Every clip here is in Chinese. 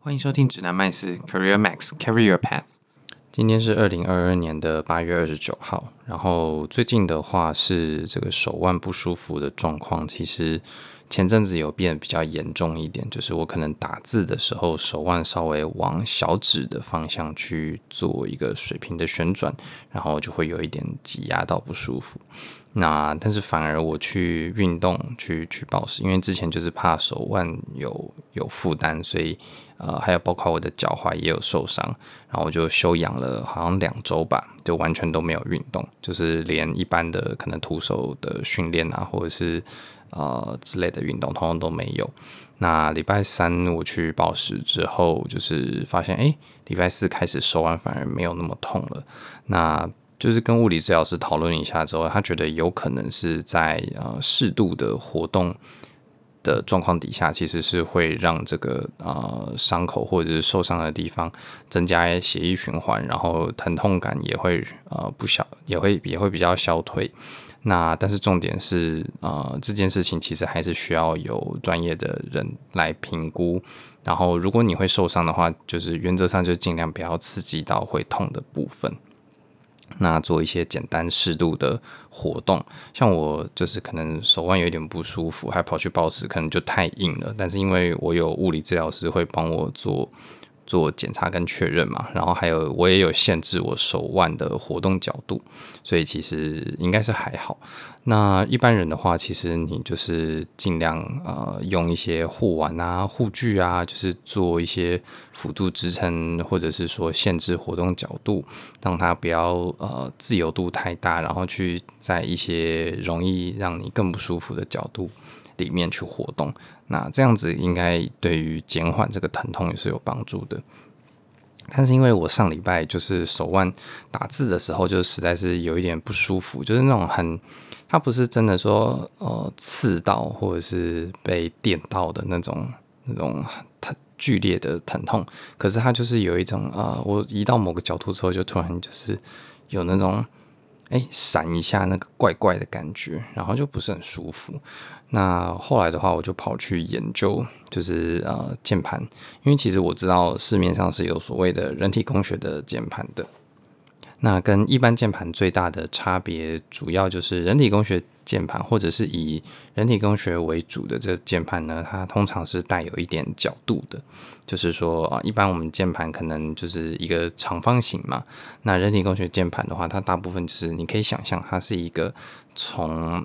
欢迎收听指南麦斯 Career Max Carry Your Path。今天是2022年的8月29号，然后最近的话是这个手腕不舒服的状况，其实前阵子有变得比较严重一点，就是我可能打字的时候手腕稍微往小指的方向去做一个水平的旋转，然后就会有一点挤压到不舒服。但是反而我去运动去抱石，因为之前就是怕手腕有负担，所以还有包括我的脚踝也有受伤，然后我就休养了好像2周吧，就完全都没有运动，就是连一般的可能徒手的训练啊，或者是之类的运动通通都没有。那礼拜3我去抱石之后，就是发现礼拜4开始手腕反而没有那么痛了。那就是跟物理治疗师讨论一下之后，他觉得有可能是在适度的活动的状况底下，其实是会让这个伤口或者是受伤的地方增加血液循环，然后疼痛感也会也会比较消退。但是重点是这件事情其实还是需要有专业的人来评估。然后如果你会受伤的话，就是原则上就尽量不要刺激到会痛的部分。那做一些简单适度的活动，像我就是可能手腕有一点不舒服，还跑去抱石，可能就太硬了。但是因为我有物理治疗师会帮我做检查跟确认嘛，然后还有我也有限制我手腕的活动角度，所以其实应该是还好。那一般人的话，其实你就是尽量用一些护腕啊、护具啊，就是做一些辅助支撑，或者是说限制活动角度，让它不要自由度太大，然后去在一些容易让你更不舒服的角度里面去活动。那这样子应该对于减缓这个疼痛也是有帮助的。但是因为我上礼拜就是手腕打字的时候，就实在是有一点不舒服，就是那种它不是真的说刺到或者是被电到的那种剧烈的疼痛，可是它就是有一种我移到某个角度之后，就突然就是有那种闪一下那个怪怪的感觉，然后就不是很舒服。那后来的话，我就跑去研究，就是键盘，因为其实我知道市面上是有所谓的人体工学的键盘的。那跟一般键盘最大的差别，主要就是人体工学键盘，或者是以人体工学为主的这个键盘呢，它通常是带有一点角度的。就是说一般我们键盘可能就是一个长方形嘛，那人体工学键盘的话，它大部分就是你可以想象它是一个从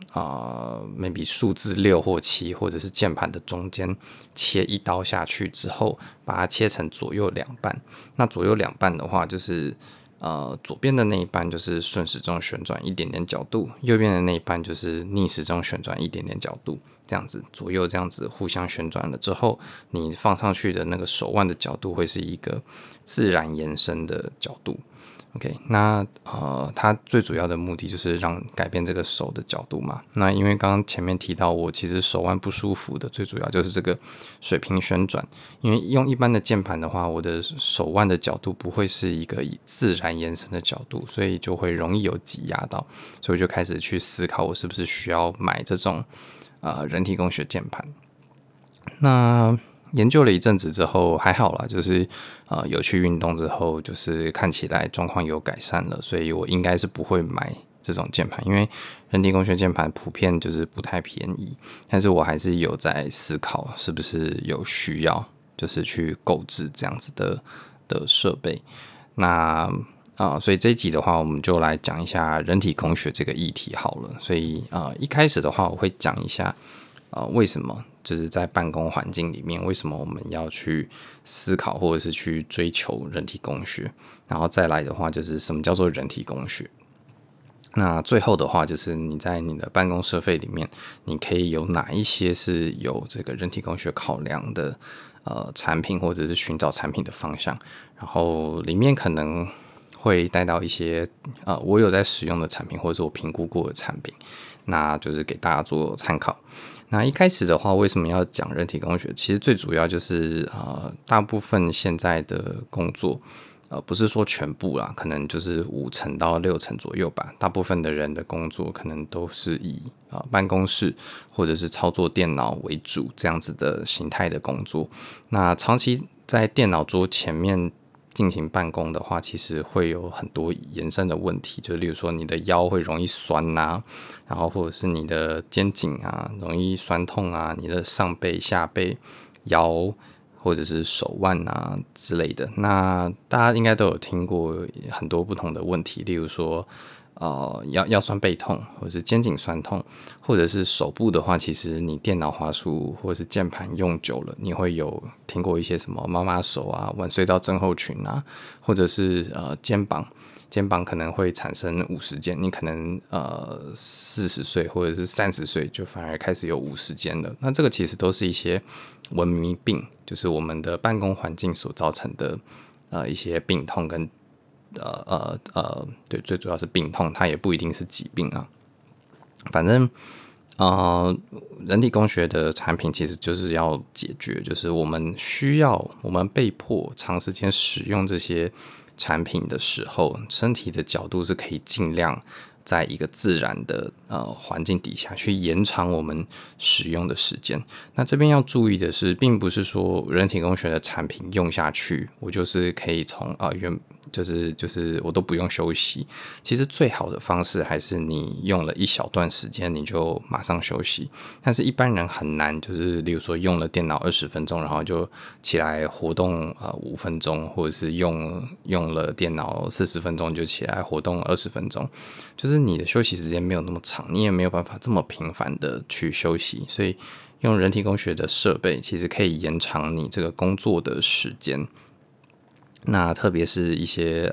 maybe 数字6或7，或者是键盘的中间切一刀下去之后，把它切成左右两半。那左右两半的话，就是左边的那一半就是顺时钟旋转一点点角度，右边的那一半就是逆时钟旋转一点点角度，这样子左右这样子互相旋转了之后，你放上去的那个手腕的角度会是一个自然延伸的角度。OK， 它最主要的目的就是让改变这个手的角度嘛。那因为刚刚前面提到，我其实手腕不舒服的最主要就是这个水平旋转。因为用一般的键盘的话，我的手腕的角度不会是一个自然延伸的角度，所以就会容易有挤压到。所以我就开始去思考，我是不是需要买这种人体工学键盘。那研究了一阵子之后还好啦，就是有去运动之后，就是看起来状况有改善了，所以我应该是不会买这种键盘，因为人体工学键盘普遍就是不太便宜，但是我还是有在思考是不是有需要就是去购置这样子的设备。所以这一集的话，我们就来讲一下人体工学这个议题好了。所以一开始的话，我会讲一下为什么就是在办公环境里面，为什么我们要去思考或者是去追求人体工学，然后再来的话就是什么叫做人体工学。那最后的话就是你在你的办公设备里面，你可以有哪一些是有这个人体工学考量的产品，或者是寻找产品的方向，然后里面可能会带到一些我有在使用的产品，或者是我评估过的产品，那就是给大家做参考。那一开始的话，为什么要讲人体工学？其实最主要就是大部分现在的工作不是说全部啦，可能就是50%到60%左右吧。大部分的人的工作可能都是以办公室或者是操作电脑为主这样子的形态的工作。那长期在电脑桌前面进行办公的话，其实会有很多延伸的问题，就例如说你的腰会容易酸啊，然后或者是你的肩颈啊容易酸痛啊，你的上背、下背、腰或者是手腕啊之类的。那大家应该都有听过很多不同的问题，例如说腰酸背痛，或者是肩颈酸痛，或者是手部的话，其实你电脑滑鼠或者是键盘用久了，你会有听过一些什么妈妈手啊、腕隧道症候群啊，或者是肩膀可能会产生50肩，你可能40岁或者是30岁就反而开始有50肩了。那这个其实都是一些文明病，就是我们的办公环境所造成的一些病痛跟对，最主要是病痛，它也不一定是疾病啊。反正人体工学的产品其实就是要解决，就是我们被迫长时间使用这些产品的时候，身体的角度是可以尽量在一个自然的环境底下去延长我们使用的时间。那这边要注意的是，并不是说人体工学的产品用下去，我就是可以从就是我都不用休息。其实最好的方式还是你用了一小段时间你就马上休息。但是一般人很难，就是例如说用了电脑20分钟，然后就起来活动5分钟，或者是用了电脑40分钟就起来活动20分钟，就是你的休息时间没有那么长，你也没有办法这么频繁的去休息，所以用人体工学的设备其实可以延长你这个工作的时间。那特别是一些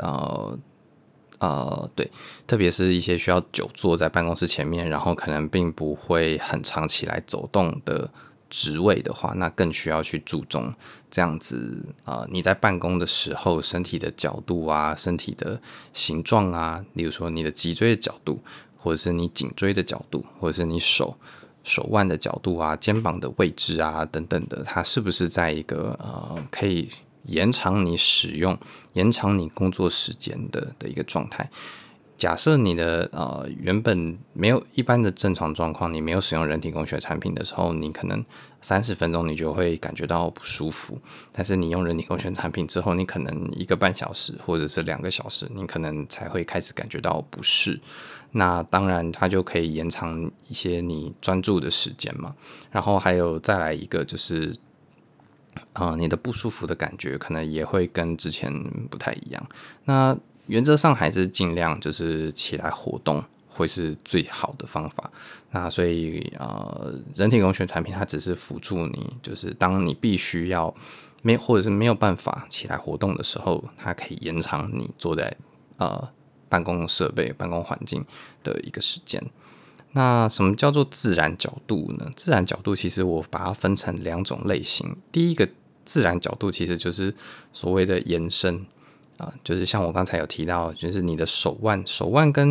对，特别是一些需要久坐在办公室前面，然后可能并不会很常起来走动的职位的话，那更需要去注重这样子你在办公的时候身体的角度啊，身体的形状啊，例如说你的脊椎的角度，或者是你颈椎的角度，或者是你手腕的角度啊，肩膀的位置啊等等的，它是不是在一个可以延长你使用、延长你工作时间的一个状态。假设你的原本没有一般的正常状况，你没有使用人体工学产品的时候，你可能30分钟你就会感觉到不舒服。但是你用人体工学产品之后，你可能1个半小时或者是2个小时，你可能才会开始感觉到不适。那当然，它就可以延长一些你专注的时间嘛。然后还有再来一个就是你的不舒服的感觉可能也会跟之前不太一样。那原则上还是尽量就是起来活动会是最好的方法。那所以人体工学产品它只是辅助你，就是当你必须要或者是没有办法起来活动的时候，它可以延长你坐在办公设备、办公环境的一个时间。那什么叫做自然角度呢？自然角度其实我把它分成2种类型。第一个自然角度其实就是所谓的延伸就是像我刚才有提到，就是你的手腕跟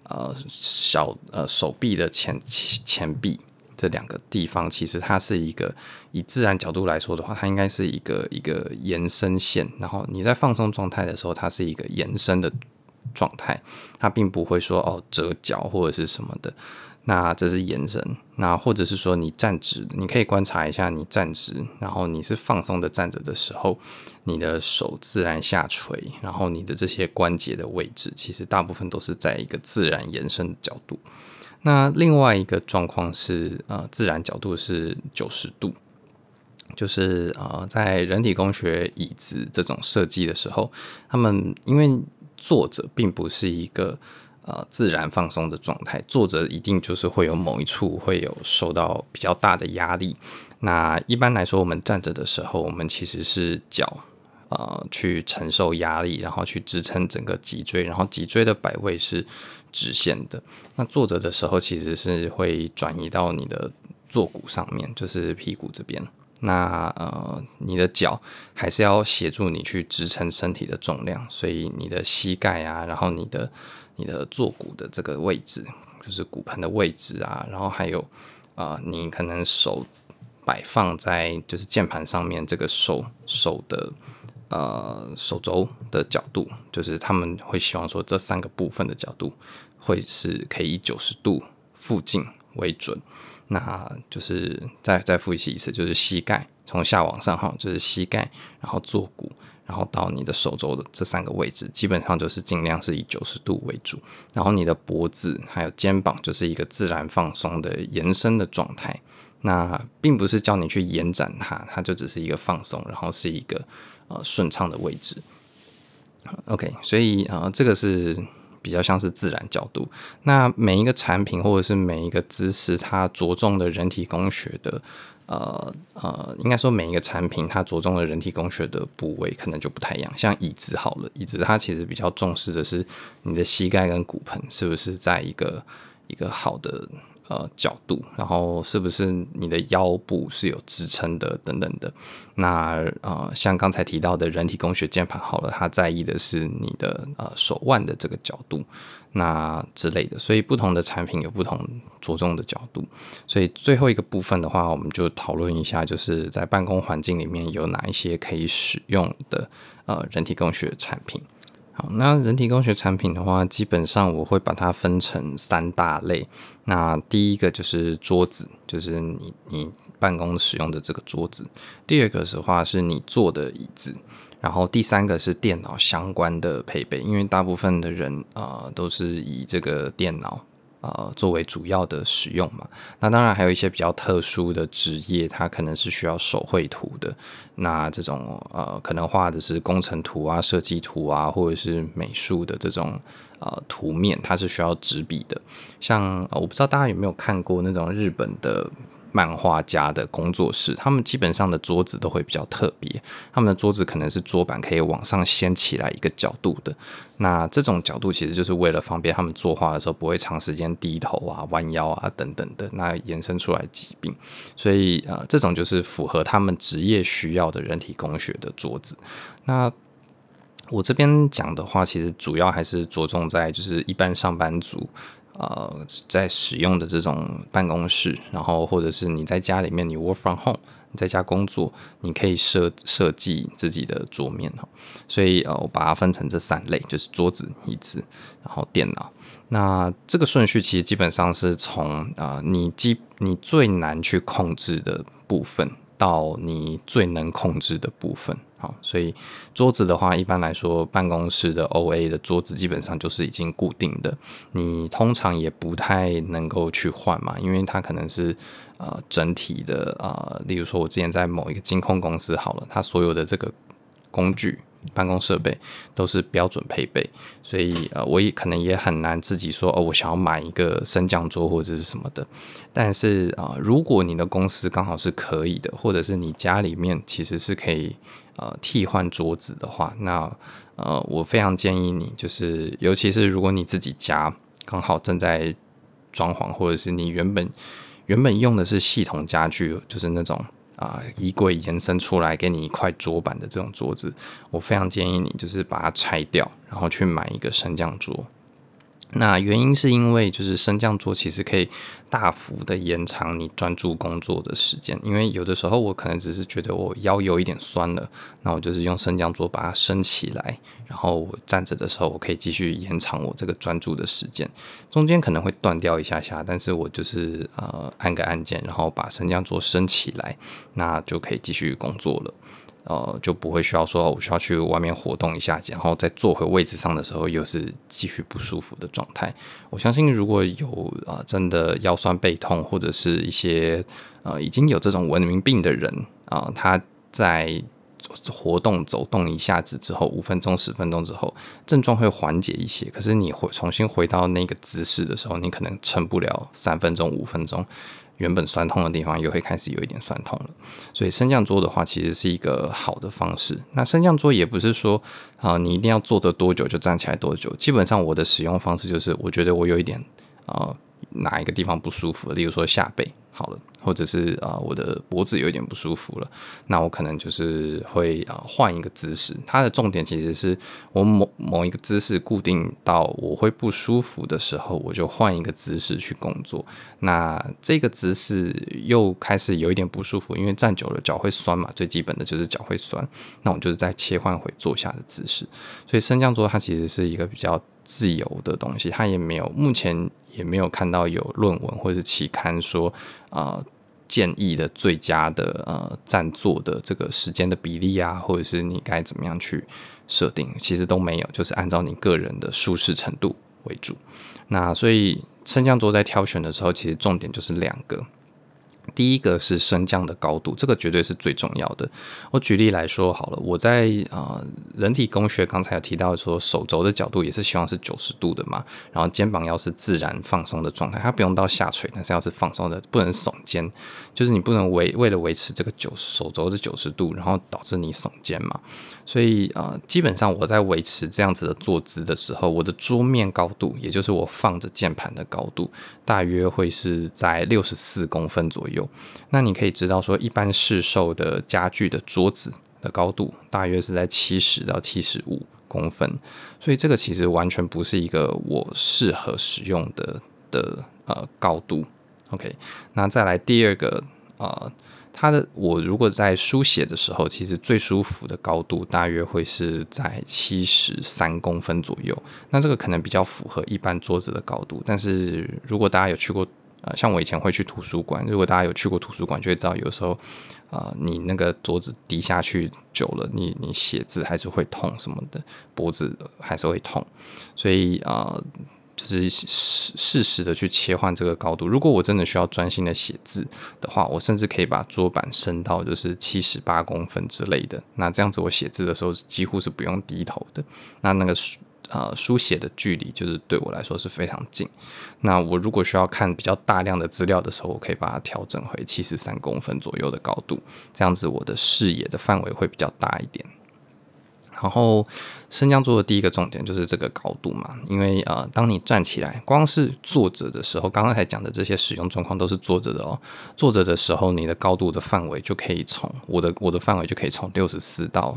手臂的前臂这2个地方，其实它是一个以自然角度来说的话，它应该是一个延伸线。然后你在放松状态的时候，它是一个延伸的状态，它并不会说折角或者是什么的。那这是延伸。那或者是说你站直，你可以观察一下你站直，然后你是放松的站着的时候，你的手自然下垂，然后你的这些关节的位置，其实大部分都是在一个自然延伸的角度。那另外一个状况是自然角度是90度。就是在人体工学椅子这种设计的时候，他们因为坐着并不是一个自然放松的状态，坐着一定就是会有某一处会有受到比较大的压力。那一般来说，我们站着的时候，我们其实是脚去承受压力，然后去支撑整个脊椎，然后脊椎的摆位是直线的。那坐着的时候，其实是会转移到你的坐骨上面，就是屁股这边。那你的脚还是要协助你去支撑身体的重量，所以你的膝盖啊，然后你的坐骨的这个位置，就是骨盆的位置啊，然后还有你可能手摆放在就是键盘上面这个手的手肘的角度，就是他们会希望说这3个部分的角度会是可以以90度附近为准。那就是再复习一次，就是膝盖从下往上就是膝盖，然后坐骨，然后到你的手肘的这3个位置，基本上就是尽量是以90度为主。然后你的脖子还有肩膀就是一个自然放松的延伸的状态。那并不是叫你去延展它就只是一个放松，然后是一个顺畅的位置。OK， 所以这个是比较像是自然角度。那每一个产品或者是每一个姿势，它着重的人体工学的应该说每一个产品它着重的人体工学的部位可能就不太一样。像椅子好了，椅子它其实比较重视的是你的膝盖跟骨盆是不是在一个好的角度，然后是不是你的腰部是有支撑的等等的。那像刚才提到的人体工学键盘好了，它在意的是你的手腕的这个角度，那之类的。所以不同的产品有不同着重的角度。所以最后一个部分的话，我们就讨论一下，就是在办公环境里面有哪一些可以使用的人体工学产品。好，那人体工学产品的话，基本上我会把它分成3大类。那第一个就是桌子，就是你办公使用的这个桌子。第二个的话是你坐的椅子。然后第3个是电脑相关的配备，因为大部分的人都是以这个电脑作为主要的使用嘛。那当然还有一些比较特殊的职业，它可能是需要手绘图的。那这种可能画的是工程图啊、设计图啊，或者是美术的这种图面，它是需要纸笔的。像我不知道大家有没有看过那种日本的漫画家的工作室，他们基本上的桌子都会比较特别，他们的桌子可能是桌板可以往上掀起来一个角度的。那这种角度其实就是为了方便他们作画的时候不会长时间低头啊、弯腰啊等等的，那延伸出来疾病。所以这种就是符合他们职业需要的人体工学的桌子。那我这边讲的话，其实主要还是着重在就是一般上班族在使用的这种办公室，然后或者是你在家里面你 work from home， 你在家工作，你可以设计自己的桌面。所以我把它分成这3类，就是桌子、椅子，然后电脑。那这个顺序其实基本上是从你最难去控制的部分到你最能控制的部分。好，所以桌子的话，一般来说，办公室的 OA 的桌子基本上就是已经固定的，你通常也不太能够去换嘛，因为它可能是整体的例如说我之前在某一个金控公司好了，它所有的这个工具、办公设备都是标准配备，所以我也可能也很难自己说我想要买一个升降桌或者是什么的。但是如果你的公司刚好是可以的，或者是你家里面其实是可以替换桌子的话，那我非常建议你，就是尤其是如果你自己家刚好正在装潢，或者是你原本用的是系统家具，就是那种衣柜延伸出来给你一块桌板的这种桌子，我非常建议你就是把它拆掉，然后去买一个升降桌。那原因是因为就是升降桌其实可以大幅的延长你专注工作的时间，因为有的时候我可能只是觉得我腰有一点酸了，那我就是用升降桌把它升起来，然后我站着的时候我可以继续延长我这个专注的时间，中间可能会断掉一下下，但是我就是按个按键，然后把升降桌升起来，那就可以继续工作了。就不会需要说我需要去外面活动一下，然后再坐回位置上的时候又是继续不舒服的状态。我相信如果有真的腰酸背痛或者是一些已经有这种文明病的人他在活动走动一下子之后5分钟10分钟之后症状会缓解一些，可是你重新回到那个姿势的时候，你可能撑不了3分钟5分钟，原本酸痛的地方又会开始有一点酸痛了。所以升降桌的话其实是一个好的方式。那升降桌也不是说你一定要坐着多久就站起来多久，基本上我的使用方式就是我觉得我有一点哪一个地方不舒服，例如说下背， 好了，或者是我的脖子有一点不舒服了，那我可能就是会换一个姿势。它的重点其实是我某一个姿势固定到我会不舒服的时候，我就换一个姿势去工作。那这个姿势又开始有一点不舒服，因为站久了脚会酸嘛，最基本的就是脚会酸。那我就是再切换回坐下的姿势。所以升降桌它其实是一个比较自由的东西，它目前也没有看到有论文或者是期刊说建议的最佳的站坐的这个时间的比例啊，或者是你该怎么样去设定，其实都没有，就是按照你个人的舒适程度为主。那所以升降桌在挑选的时候，其实重点就是2个。第一个是升降的高度，这个绝对是最重要的。我举例来说好了，我在人体工学刚才有提到说，手肘的角度也是希望是90度的嘛，然后肩膀要是自然放松的状态，它不用到下垂，但是要是放松的，不能耸肩，就是你不能为了维持这个手肘的90度，然后导致你耸肩嘛。所以基本上我在维持这样子的坐姿的时候，我的桌面高度，也就是我放着键盘的高度，大约会是在64公分左右。那你可以知道说，一般市售的家具的桌子的高度大约是在70到75公分，所以这个其实完全不是一个我适合使用的高度。OK， 那再来第二个我如果在书写的时候，其实最舒服的高度大约会是在73公分左右。那这个可能比较符合一般桌子的高度，但是如果大家有去过像我以前会去图书馆，如果大家有去过图书馆，就会知道有时候你那个桌子低下去久了，你写字还是会痛什么的，脖子还是会痛，所以就是适时的去切换这个高度。如果我真的需要专心的写字的话，我甚至可以把桌板升到就是78公分之类的。那这样子我写字的时候几乎是不用低头的。那个书写的距离就是对我来说是非常近。那我如果需要看比较大量的资料的时候，我可以把它调整回73公分左右的高度，这样子我的视野的范围会比较大一点。然后升降桌的第一个重点就是这个高度嘛，因为当你站起来，光是坐着的时候，刚刚才讲的这些使用状况都是坐着的哦。坐着的时候，你的高度的范围就可以从我的范围就可以从64到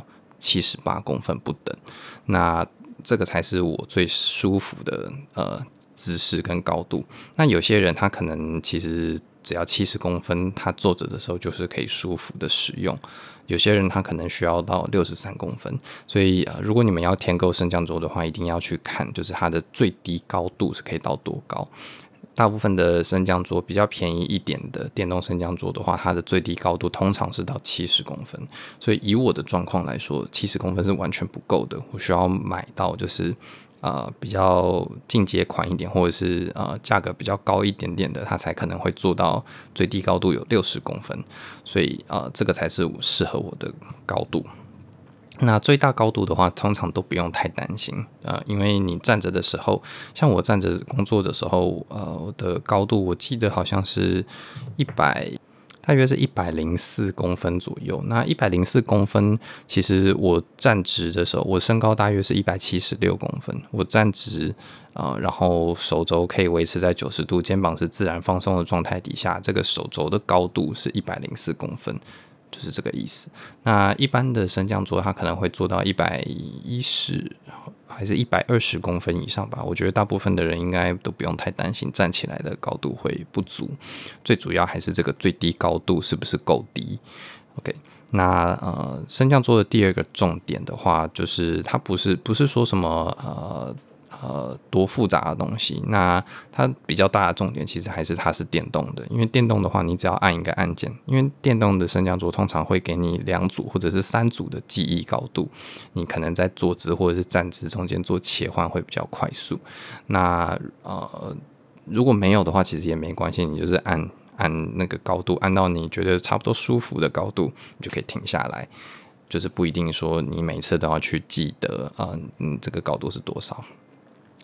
78公分不等。那这个才是我最舒服的姿势跟高度。那有些人他可能其实只要70公分，他坐着的时候就是可以舒服的使用。有些人他可能需要到63公分，所以如果你们要添购升降桌的话，一定要去看，就是它的最低高度是可以到多高。大部分的升降桌比较便宜一点的电动升降桌的话，它的最低高度通常是到70公分，所以以我的状况来说，70公分是完全不够的，我需要买到就是比较进阶款一点，或者是价格比较高一点点的，它才可能会做到最低高度有60公分，所以这个才是适合我的高度。那最大高度的话，通常都不用太担心，因为你站着的时候，像我站着工作的时候，我的高度我记得好像是大约是104公分左右。那104公分，其实我站直的时候，我身高大约是176公分，我站直然后手肘可以维持在90度，肩膀是自然放松的状态底下，这个手肘的高度是104公分。就是这个意思。那一般的升降桌它可能会做到110还是120公分以上吧，我觉得大部分的人应该都不用太担心站起来的高度会不足，最主要还是这个最低高度是不是够低。 OK， 那升降桌的第二个重点的话，就是它不是说什么多复杂的东西，那它比较大的重点其实还是它是电动的，因为电动的话你只要按一个按键，因为电动的升降桌通常会给你2组或者是3组的记忆高度，你可能在坐姿或者是站姿中间做切换会比较快速。那如果没有的话其实也没关系，你就是按那个高度，按到你觉得差不多舒服的高度你就可以停下来，就是不一定说你每次都要去记得这个高度是多少。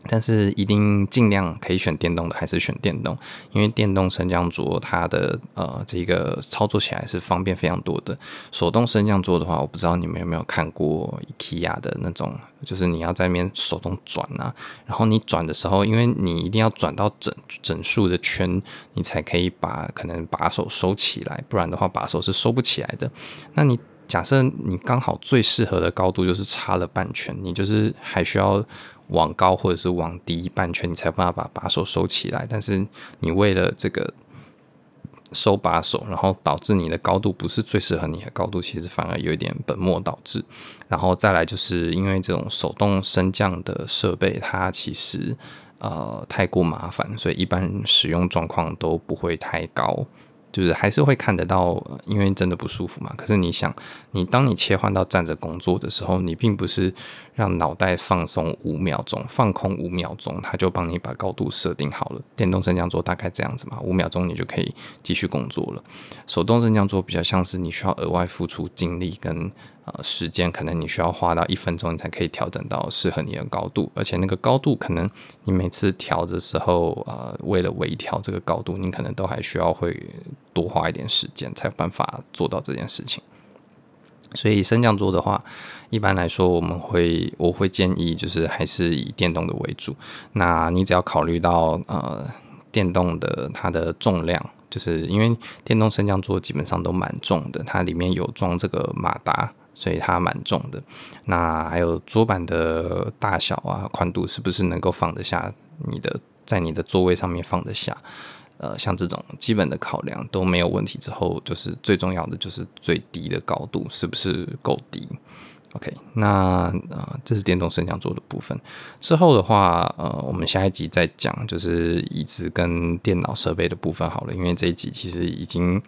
但是一定尽量可以选电动的，还是选电动，因为电动升降桌它的这个操作起来是方便非常多的。手动升降桌的话，我不知道你们有没有看过 IKEA 的那种，就是你要在那边手动转啊，然后你转的时候，因为你一定要转到整数的圈，你才可以把可能把手收起来，不然的话把手是收不起来的。那你假设你刚好最适合的高度就是差了半圈，你就是还需要往高或者是往低半圈，你才有办法把手收起来。但是你为了这个收把手，然后导致你的高度不是最适合你的高度，其实反而有一点本末倒置。然后再来就是因为这种手动升降的设备，它其实太过麻烦，所以一般使用状况都不会太高。就是还是会看得到，因为真的不舒服嘛。可是你想，当你切换到站着工作的时候，你并不是让脑袋放松5秒钟，放空5秒钟，它就帮你把高度设定好了。电动升降桌大概这样子嘛，5秒钟你就可以继续工作了。手动升降桌比较像是你需要额外付出精力跟时间，可能你需要花到1分钟，你才可以调整到适合你的高度，而且那个高度可能你每次调的时候，为了微调这个高度，你可能都还需要会多花一点时间，才有办法做到这件事情。所以升降桌的话，一般来说我会建议就是还是以电动的为主。那你只要考虑到电动的它的重量。就是因为电动升降桌基本上都蛮重的，它里面有装这个马达，所以它蛮重的。那还有桌板的大小啊、宽度是不是能够放得下在你的座位上面放得下？像这种基本的考量都没有问题之后，就是最重要的就是最低的高度是不是够低？OK， 那这是电动升降桌的部分。之后的话，我们下一集再讲，就是椅子跟电脑设备的部分好了。因为这一集其实已经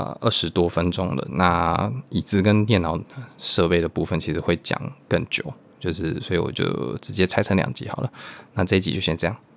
20多分钟了，那椅子跟电脑设备的部分其实会讲更久，就是所以我就直接拆成2集好了。那这一集就先这样。